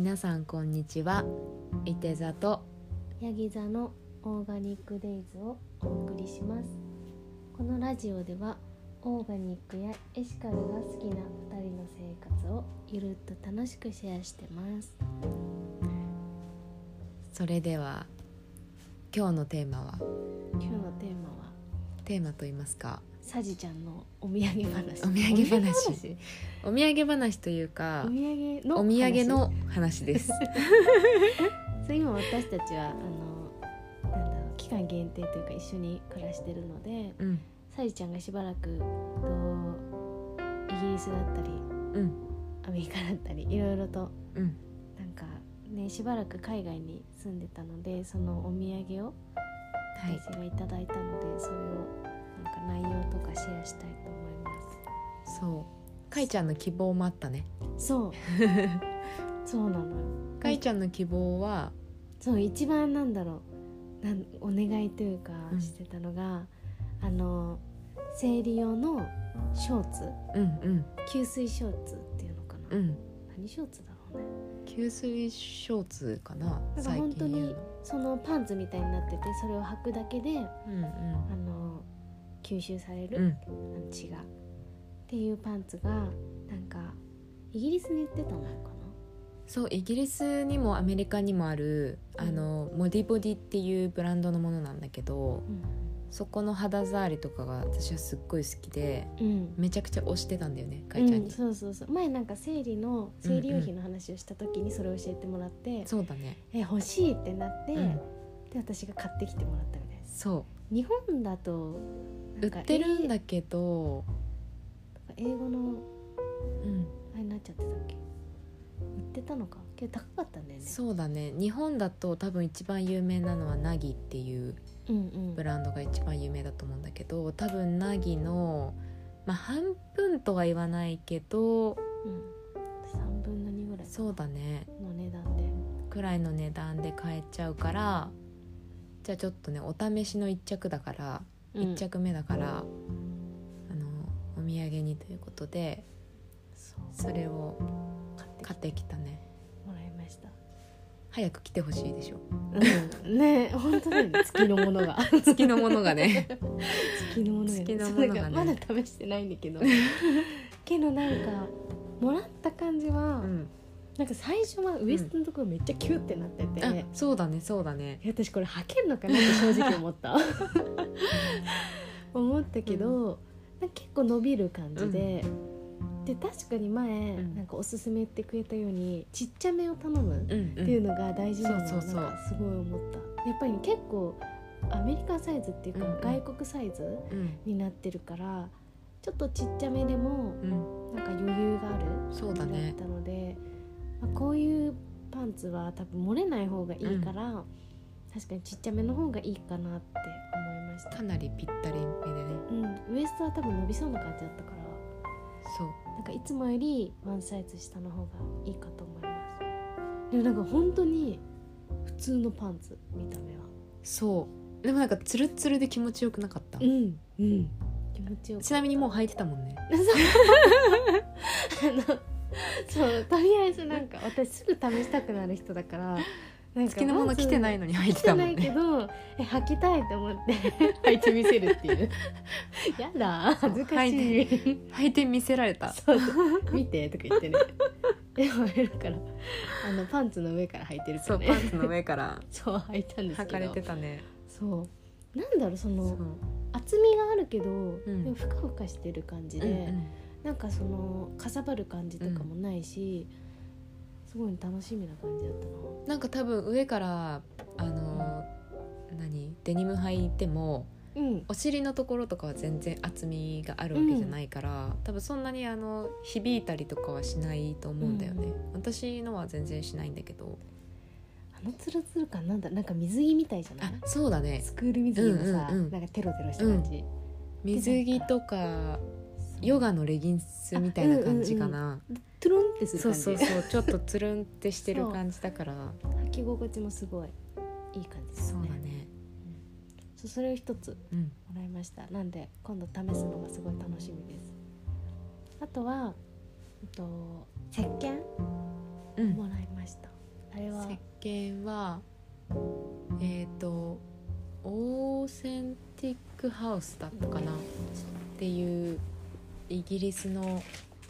皆さんこんにちは。いて座とヤギ座のオーガニックデイズをお送りします。このラジオではオーガニックやエシカルが好きな2人の生活をゆるっと楽しくシェアしてます。 それでは今日のテーマは、 今日のテーマはテーマと言いますか、 サジちゃんのお土産話。 お土産話お土産話というか、 お土産の話。 お土産の話ですそう、今私たちは期間限定というか一緒に暮らしてるので、サジちゃんがしばらくイギリスだったり、アメリカだったりいろいろと、なんかね、しばらく海外に住んでたので、そのお土産を私がいただいたので、それをなんか内容とかシェアしたいと思います。 そう、かいちゃんの希望もあったね。 そうそうなのよ。 かいちゃんの希望は、 そう、一番お願いというかしてたのが、生理用のショーツ、吸水ショーツっていうのかな、何ショーツだろうね。 吸水ショーツかな。 だから本当にそのパンツみたいになってて、それを履くだけで、吸収される、血がっていうパンツがなんかイギリスに売ってたのかな。 そう、イギリスにもアメリカにもある、モディボディっていうブランドのものなんだけど、そこの肌触りとかが私はすっごい好きで、めちゃくちゃ推してたんだよね、かいちゃんに。 そう前なんか生理用品の話をした時にそれを教えてもらって、 そうだね、 欲しいってなって、で私が買ってきてもらったみたいです。 そう、 日本だと売ってるんだけど、 英語の、あれになっちゃってたっけ。売ってたのか、けど高かったんだよね。 そうだね、日本だと多分一番有名なのはナギっていうブランドが一番有名だと思うんだけど、多分ナギの、半分とは言わないけど、 3分の2ぐらい、 そうだね、 の値段でくらいの値段で買えちゃうから、じゃあちょっとね、お試しの1着だから、1着目だから、お土産にということで、それを買ってきたね。 もらいました。 早く来てほしいでしょ。 ね、本当だよね。月のものが月のものがね月のものがね、まだ試してないんだけどけどなんかもらった感じは、なんか最初はウエストのところめっちゃキュッてなってて、 そうだね私これ履けるのかなって正直思った思ったけど、なんか結構伸びる感じで、で確かに前、なんかおすすめってくれたようにちっちゃめを頼むっていうのが大事なのをなんかすごい思った。やっぱり、結構アメリカサイズっていうか、外国サイズになってるから、ちょっとちっちゃめでもなんか余裕がある感じだったので、こういうパンツは多分漏れない方がいいから、確かにちっちゃめの方がいいかなって思いました。 かなりぴったりめでね、 ウエストは多分伸びそうな感じだったから、 そう、 なんかいつもよりワンサイズ下の方がいいかと思います。でもなんか本当に普通のパンツ、見た目は。 そうでもなんかツルツルで気持ちよくなかった。 気持ちよく。 ちなみにもう履いてたもんねそうとりあえずなんか私すぐ試したくなる人だから、なんか好きなもの着てないのに履いてたもんね。 着てないけど履きたいと思って履いてみせるっていうやだ、恥ずかしい。 履いて見せられた。 そう見てとか言ってねでもだからパンツの上から履いてるからね。 そう、パンツの上からそう履いたんですけど、 履かれてたね。 そうなんだろう、その厚みがあるけど、でもふかふかしてる感じで、なんかそのかさばる感じとかもないし、すごい楽しみな感じだったな。 なんか多分上からデニム履いても、お尻のところとかは全然厚みがあるわけじゃないから、多分そんなに響いたりとかはしないと思うんだよね。私のは全然しないんだけど、 ツルツル感なんか水着みたいじゃない？ そうだね、 スクール水着のさ、なんかテロテロした感じ、 水着とかヨガのレギンスみたいな感じかな。 トゥルンってする感じ。 そうちょっとトゥルンってしてる感じだから履き心地もすごいいい感じですね。 そうだね、 それを一つもらいました。なんで今度試すのがすごい楽しみです。あとは石鹸もらいました。 あれは石鹸はオーセンティックハウスだったかなっていうイギリスの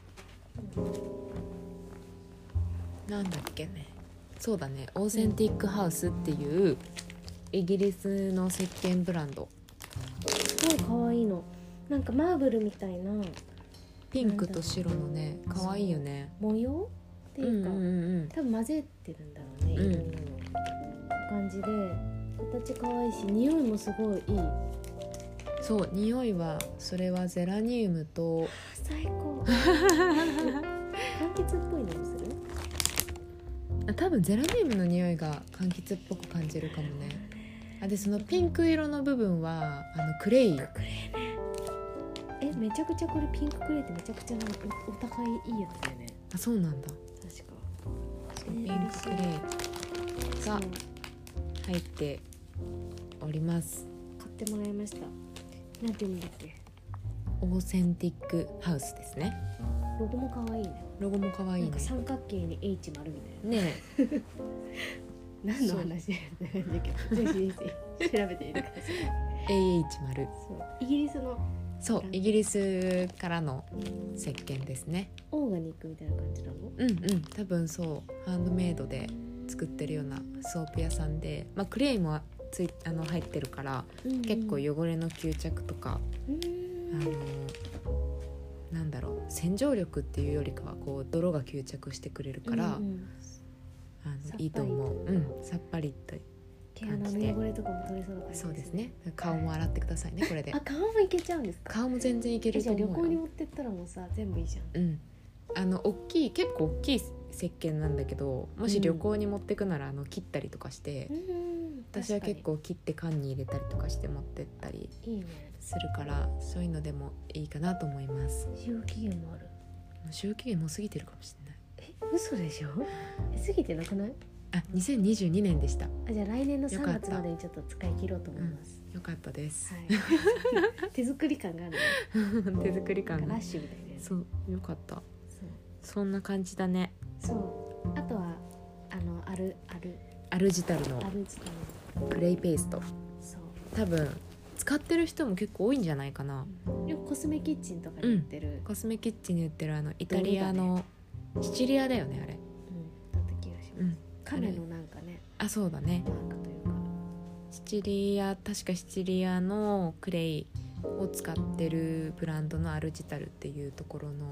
なんだっけね、そうだね、オーセンティックハウスっていうイギリスの石鹸ブランド。 すごい可愛いの、なんかマーブルみたいなピンクと白のね、可愛いよね。 模様っていうか、多分混ぜてるんだろうね、いろいろ感じで形可愛いし、匂いもすごいいい。 そう、匂いはそれはゼラニウムと最高柑橘っぽいのもする？ 多分ゼラニウムの匂いが柑橘っぽく感じるかもね。でそのピンク色の部分はクレイ。 クレイね。めちゃくちゃこれピンククレイってめちゃくちゃお高いいいやつだよね。 あ、そうなんだ。 確か。 ピンククレイが入っております。 買ってもらいました。なんていうんだっけ？ オーセンティックハウスですね。 ロゴも可愛いね。 ロゴも可愛いね。なんか三角形に H 丸みたいな。 ねえ。何の話って感じだけど、ぜひ調べてみてください。 AH 丸。 そうイギリスの。 そうイギリスからの石鹸ですね。 オーガニックみたいな感じなの？ うんうん、多分そうハンドメイドで作ってるようなソープ屋さんで、クレイも入ってるから、結構汚れの吸着とか、なんだろう、洗浄力っていうよりかはこう泥が吸着してくれるから、いいと思う。さっぱりと毛穴の汚れとかも取れそうだから、 そうですね。顔も洗ってくださいね、これで。 あ、顔もいけちゃうんですか？ 顔も全然いけると思うよ。 じゃあ旅行に持ってったらもうさ、全部いいじゃん。 結構大きい石鹸なんだけど、もし旅行に持ってくなら切ったりとかして、私は結構切って缶に入れたりとかして持ってったりするから、そういうのでもいいかなと思います。 使用期限もある？ 使用期限もう過ぎてるかもしれない。 嘘でしょ？過ぎてなくない？ 2022年でした。 じゃあ来年の3月までにちょっと使い切ろうと思います。 よかったです。 手作り感があるね。 手作り感がラッシュみたいな。 そう、よかった。そんな感じだね。 そう。あとはアルジタルのクレイペースト。そう。多分使ってる人も結構多いんじゃないかな。 コスメキッチンとかに売ってる。 コスメキッチンに売ってるイタリアのシチリアだよね、あれ。 だった気がします。亀のなんかね。 あ、そうだね。 マークというか。 確かシチリアのクレイを使ってるブランドのアルジタルっていうところの、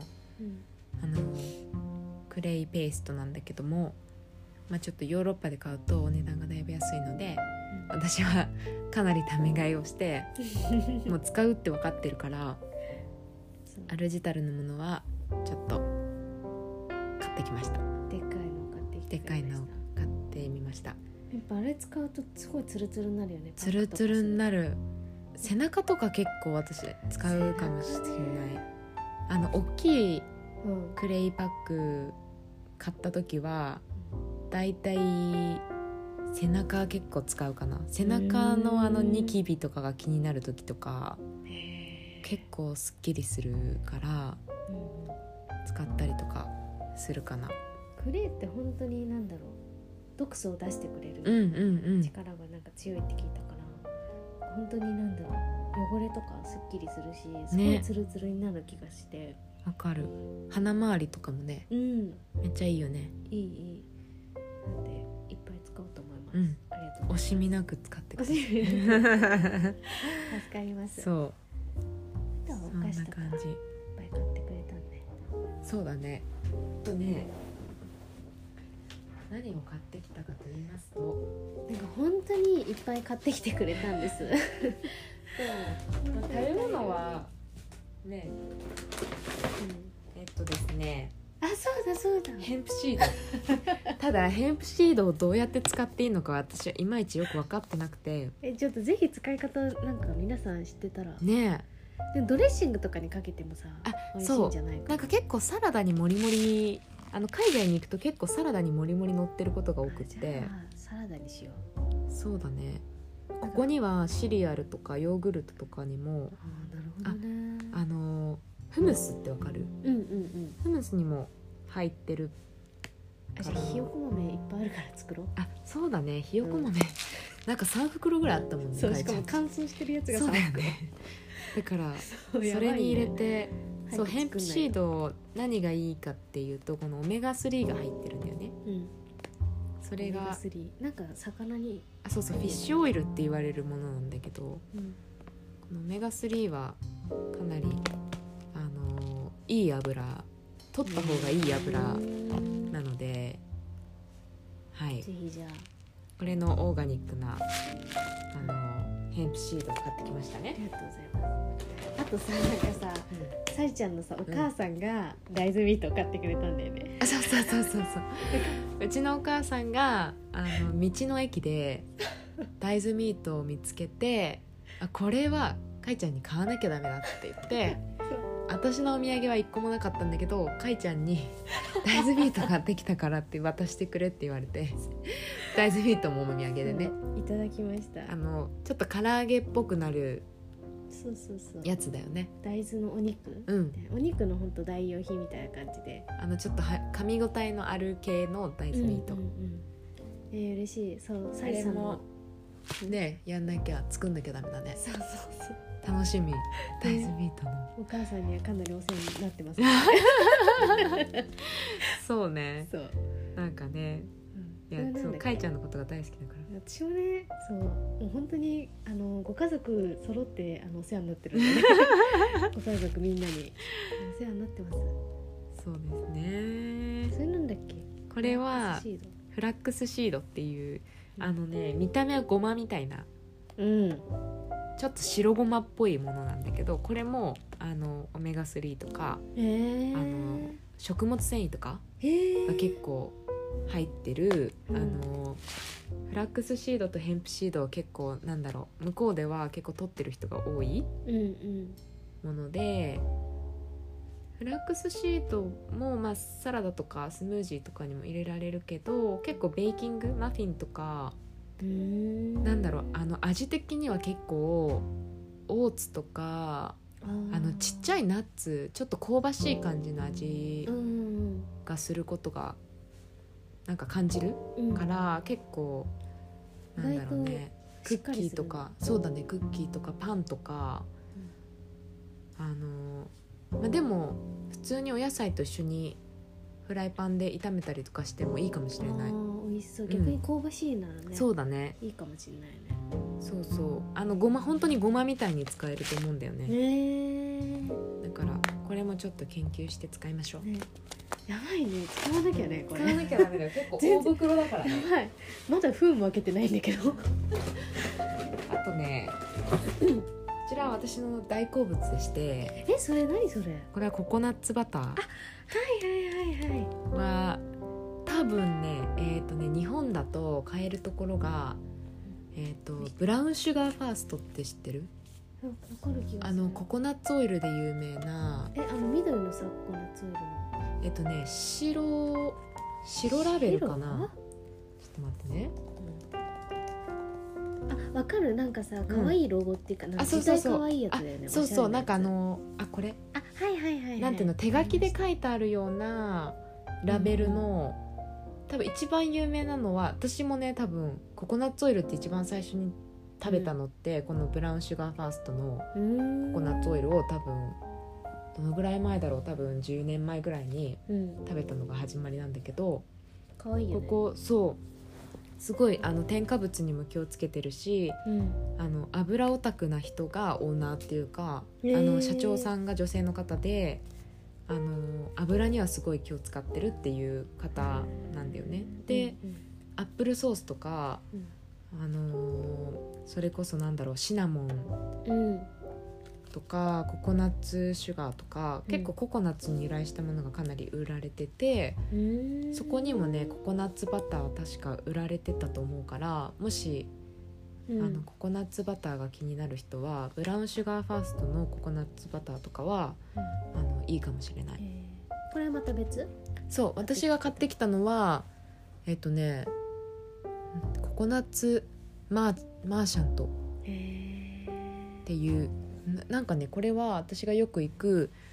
クレイペーストなんだけども、ちょっとヨーロッパで買うとお値段がだいぶ安いので、私はかなりため買いをしてもう使うって分かってるからアルジタルのものはちょっと買ってきました。 でっかいのを買ってきてでっかいのを買ってみました。 やっぱあれ使うとすごいツルツルになるよね。 ツルツルになる。背中とか結構私使うかもしれない。大きいクレイパック買った時はだいたい背中結構使うかな。背中のニキビとかが気になる時とか結構すっきりするから使ったりとかするかな。 クレイって本当になんだろう、毒素を出してくれる力がなんか強いって聞いたから、本当になんだろう、汚れとかすっきりするし、すごいツルツルになる気がして。 わかる。鼻周りとかもね、めっちゃいいよね。 いいなんでいっぱい使おうと思います。ありがとう。 惜しみなく使ってください。 助かります。 そう。 あとはお菓子とかいっぱい買ってくれたんで。 そうだね。何を買ってきたかと言いますと、 なんか本当にいっぱい買ってきてくれたんです。でも食べ物はね、ですね。 あ、そうだ。 ヘンプシード。ただヘンプシードをどうやって使っていいのか私はいまいちよく分かってなくて。 ちょっとぜひ使い方なんか皆さん知ってたらね。 でドレッシングとかにかけてもさ、美味しいんじゃないかな。 なんか結構サラダにもりもり、海外に行くと結構サラダにもりもり乗ってることが多くて。 じゃあサラダにしよう。そうだね。ここにはシリアルとかヨーグルトとかにも、 なるほどね。 フムスってわかる？フムスにも入ってるじゃあひよこ豆いっぱいあるから作ろう。 あ、そうだね、ひよこ豆、なんか3袋ぐらいあったもんね。 そう、しかも乾燥してるやつがそう 3袋だよね。だからそやばいねれに入れて、そう、 早く作んないとヘンプシード何がいいかっていうと、このオメガ3が入ってるんだよね。それがオメガ3なんか魚に、 そうそう、フィッシュオイルって言われるものなんだけど、このオメガ3はかなりいい油、取った方がいい油なので、はい、 ぜひじゃあこれのオーガニックなヘンプシードを買ってきましたね。 ありがとうございます。あとさ、なんかさ、さいちゃんのさお母さんが大豆ミートを買ってくれたんだよね。 そうそうそうそうそううちのお母さんが道の駅で大豆ミートを見つけて、これはかいちゃんに買わなきゃダメだって言って、私のお土産は1個もなかったんだけど、かいちゃんに大豆ミート買ってきたからって渡してくれって言われて大豆ミートもお土産でね、 いただきました。 ちょっと唐揚げっぽくなるそうそうそう、 やつだよね。 大豆のお肉、お肉のほんと代用品みたいな感じで、 ちょっと噛み応えのある系の大豆ミート、 嬉しい。そう、さいさんもね、やんなきゃ、作んなきゃダメだね。 そうそうそう、 楽しみ、大豆ミートのお母さんにはかなりお世話になってますそうね、 そう、 なんかね、いや、そう、かいちゃんのことが大好きだから。 私もね、そう、もう本当にご家族揃ってお世話になってるんで、ね、ご家族みんなにお世話になってます。 そうですね。 それなんだっけ、 これはフラックスシードっていう、見た目はごまみたいな、ちょっと白ごまっぽいものなんだけど、これもオメガ3とか、食物繊維とかが結構入ってる、フラックスシードとヘンプシードは結構なんだろう、向こうでは結構取ってる人が多いもので、フラックスシードも、サラダとかスムージーとかにも入れられるけど、結構ベーキングマフィンとか、なんだろう、味的には結構オーツとかちっちゃいナッツ、ちょっと香ばしい感じの味がすることがなんか感じるから、結構なんだろうね、クッキーとか、そうだね、クッキーとかパンとか、でも普通にお野菜と一緒にフライパンで炒めたりとかしてもいいかもしれない。 美味しそう。逆に香ばしいならね、 そうだね、 いいかもしれないね。 そうそう、ごま、本当にごまみたいに使えると思うんだよね。だからこれもちょっと研究して使いましょう、 ね、やばいね、使わなきゃね、これ使わなきゃダメだよ、結構大袋だからね。 やばい、まだ封も開けてないんだけどあとね、こちらは私の大好物でして、 それ何それ、 これはココナッツバター。 はいは多分ね、日本だと買えるところが、ブラウンシュガーファーストって知ってる？ わかる気がする。 ココナッツオイルで有名な、 緑のさ、ココナッツオイルの白ラベルかな、ちょっと待ってね、 わかる、なんかさ、可愛いロゴっていうか、なんか実際可愛いやつだよね。 そうそう、なんかこれ、なんていうの、手書きで書いてあるようなラベルの、多分一番有名なのは、私もね、多分ココナッツオイルって一番最初に食べたのって、このブラウンシュガーファーストのココナッツオイルを、多分どのぐらい前だろう、多分10年前ぐらいに食べたのが始まりなんだけど、 可愛いよね。 ここそうすごい添加物にも気をつけてるし、油オタクな人がオーナーっていうか、社長さんが女性の方で、油にはすごい気を使ってるっていう方なんだよね。で、アップルソースとか、それこそなんだろう、シナモンとか、ココナッツシュガーとか、結構ココナッツに由来したものがかなり売られてて、そこにもね、ココナッツバターは確か売られてたと思うから、もし、ココナッツバターが気になる人は、ブラウンシュガーファーストのココナッツバターとかは、いいかもしれない。 これはまた別？ そう、私が買ってきたのはココナッツマーシャントっていう、なんかね、これは私がよく行く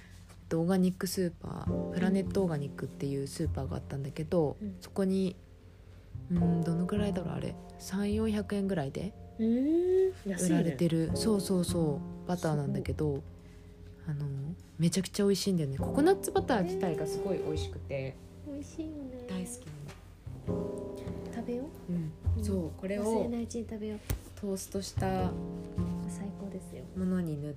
オーガニックスーパープラネットオーガニックっていうスーパーがあったんだけど、そこにどのぐらいだろうあれ 3,400 円ぐらいで売られてる、そうバターなんだけど、めちゃくちゃ美味しいんだよね。ココナッツバター自体がすごい美味しくて、 美味しいよね。 大好きなの。 食べよう、 そうこれを忘れないうちに食べよう。 トーストした最高ですよ。 ものに塗って、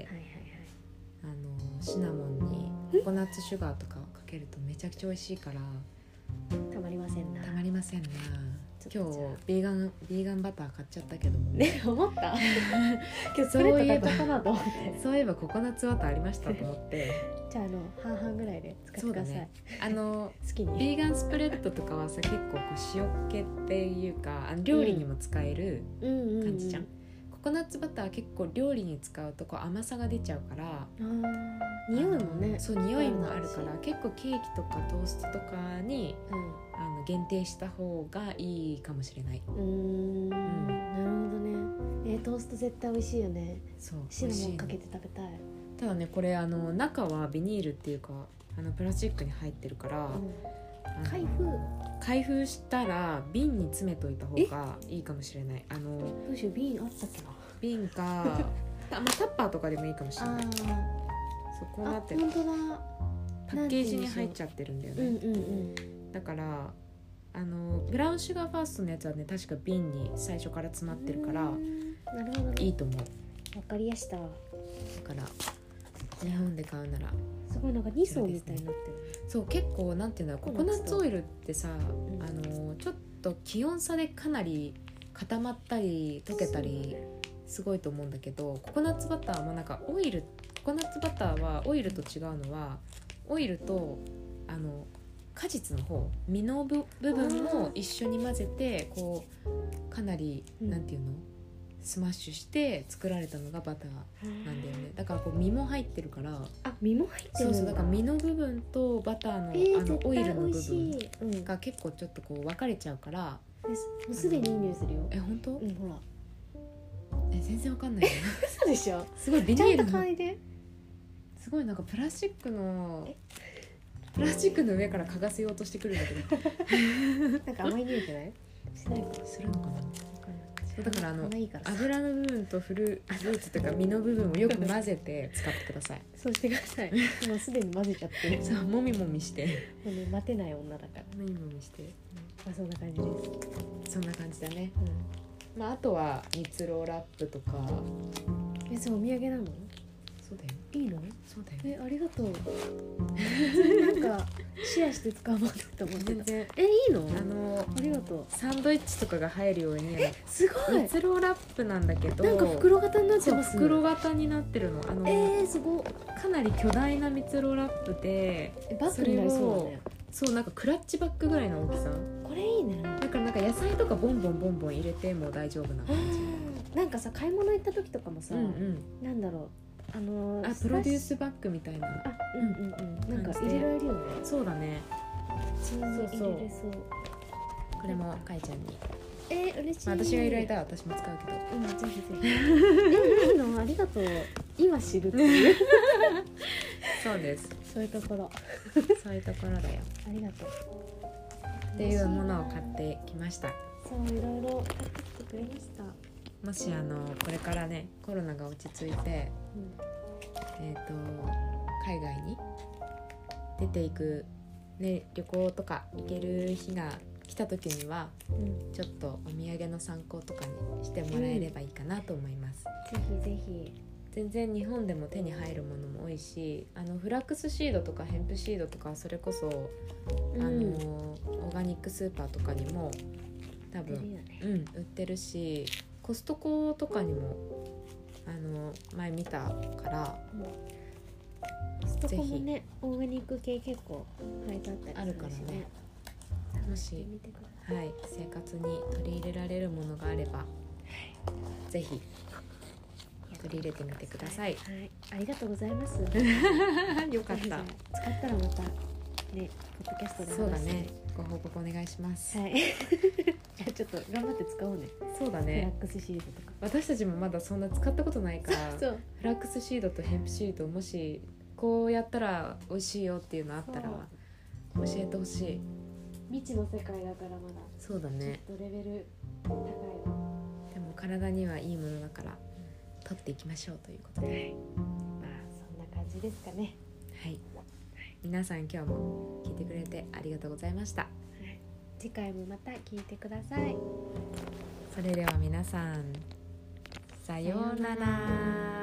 シナモンにココナッツシュガーとかをかけるとめちゃくちゃ美味しいからたまりませんな。 たまりませんな。今日ビーガンバター買っちゃったけどもね、思った今日それと買っちゃったなと思ってそういえばココナッツバターありましたと思ってじゃあ半々ぐらいで使ってください。 ね、 好きにビーガンスプレッドとかはさ結構こう塩気っていうか料理にも使える感じじゃん、ココナッツバターは結構料理に使うとこう甘さが出ちゃうから、 匂いもね、 そう匂いもあるから結構ケーキとかトーストとかに、限定した方がいいかもしれない。 なるほどね。トースト絶対美味しいよね。 そうシナモンかけて食べたい。 ただねこれ中はビニールっていうかプラスチックに入ってるから、開封したら瓶に詰めといた方がいいかもしれない。 どうしよう、瓶あったっけな。 瓶かタッパーとかでもいいかもしれない。そうこうなってる。 本当だ。 パッケージに入っちゃってるんだよね。だからブラウンシュガーファーストのやつはね確か瓶に最初から詰まってるから、 なるほど、ね、 いいと思う。 わかりやした。だから日本で買うならすごいなんか2層みたいになってる。 そう結構なんていうんだろう、ココナッツオイルってさ、ちょっと気温差でかなり固まったり溶けたりすごいと思うんだけど、ココナッツバターもなんかココナッツバターはオイルと違うのはオイルと果実の方実の部分も一緒に混ぜてこうかなり、なんていうのスマッシュして作られたのがバターなんだよね。だからこう実も入ってるから、 実も入ってるんだ。 そうだから実の部分とバターの、オイルの部分が結構ちょっとこう分かれちゃうから、 もうすでにいい匂いするよ。 本当？ ほら全然わかんないよそうでしょ。 すごいビニールちゃんと嗅いで、 すごいなんかプラスチックの上から嗅がせようとしてくるんだけどなんか甘い匂いじゃない？しないかするのかな。だから油の部分とフルーツとか実の部分をよく混ぜて使ってくださいそうしてください。もうすでに混ぜちゃってる。 そうもみもみしてもうね、待てない女だからもみもみして、 そんな感じです。 そんな感じだね、あとは蜜ろうラップとか。 それお土産なの？ そうだよ。 いいの？ そうだよ。 ありがとう。なんかシェアして使おうと思ってた。いいの？ありがとう。 サンドイッチとかが入るようにすごい蜜ろうラップなんだけど、 なんか袋型になってます。 袋型になってるの。 すごい。 かなり巨大な蜜ろうラップで、 バッグになりそうだね。 そうなんかクラッチバッグぐらいの大きさ。 これいいね。 だからなんか野菜とかボンボン入れても大丈夫な感じ。 なんかさ、買い物行った時とかもさ、なんだろう。 プロデュースバッグみたいな。 なんか入れられるよね。 そうだね。 そう入れれそう。 これもかいちゃんに。 嬉しい。 私がいる間は私も使うけど。 ぜひぜひ。いいの？ありがとう。今知るっていう。 そうです。 そういうところ。 そういうところだよ。 ありがとう。 っていうものを買ってきました。 そう、いろいろ買ってきてくれました。 もしこれからねコロナが落ち着いて、海外に出ていく、ね、旅行とか行ける日が来た時には、ちょっとお土産の参考とかにしてもらえればいいかなと思います。 ぜひぜひ。 全然日本でも手に入るものも多いし、フラックスシードとかヘンプシードとかそれこそ、オーガニックスーパーとかにも多分売ってるし、コストコとかにも前見たから、 コストコもねオーガニック系結構書いてあったりあるからね。もし、生活に取り入れられるものがあれば、ぜひ取り入れてみてください。 ありがとうございます。 よかった。使ったらまたね、ポッドキャストで話す。 そうだね。ご報告お願いします。 じゃあちょっと頑張って使おうね。 そうだね。 フラックスシードとか。 私たちもまだそんな使ったことないから、 そう。 フラックスシードとヘンプシードもしこうやったら美味しいよっていうのあったら教えてほしい。 未知の世界だからまだそうだね、 ちょっとレベル高いわ。 でも体にはいいものだから取っていきましょうということで、 まあそんな感じですかね。 はい、皆さん今日も聞いてくれてありがとうございました。 次回もまた聞いてください。 それでは皆さん、さようなら。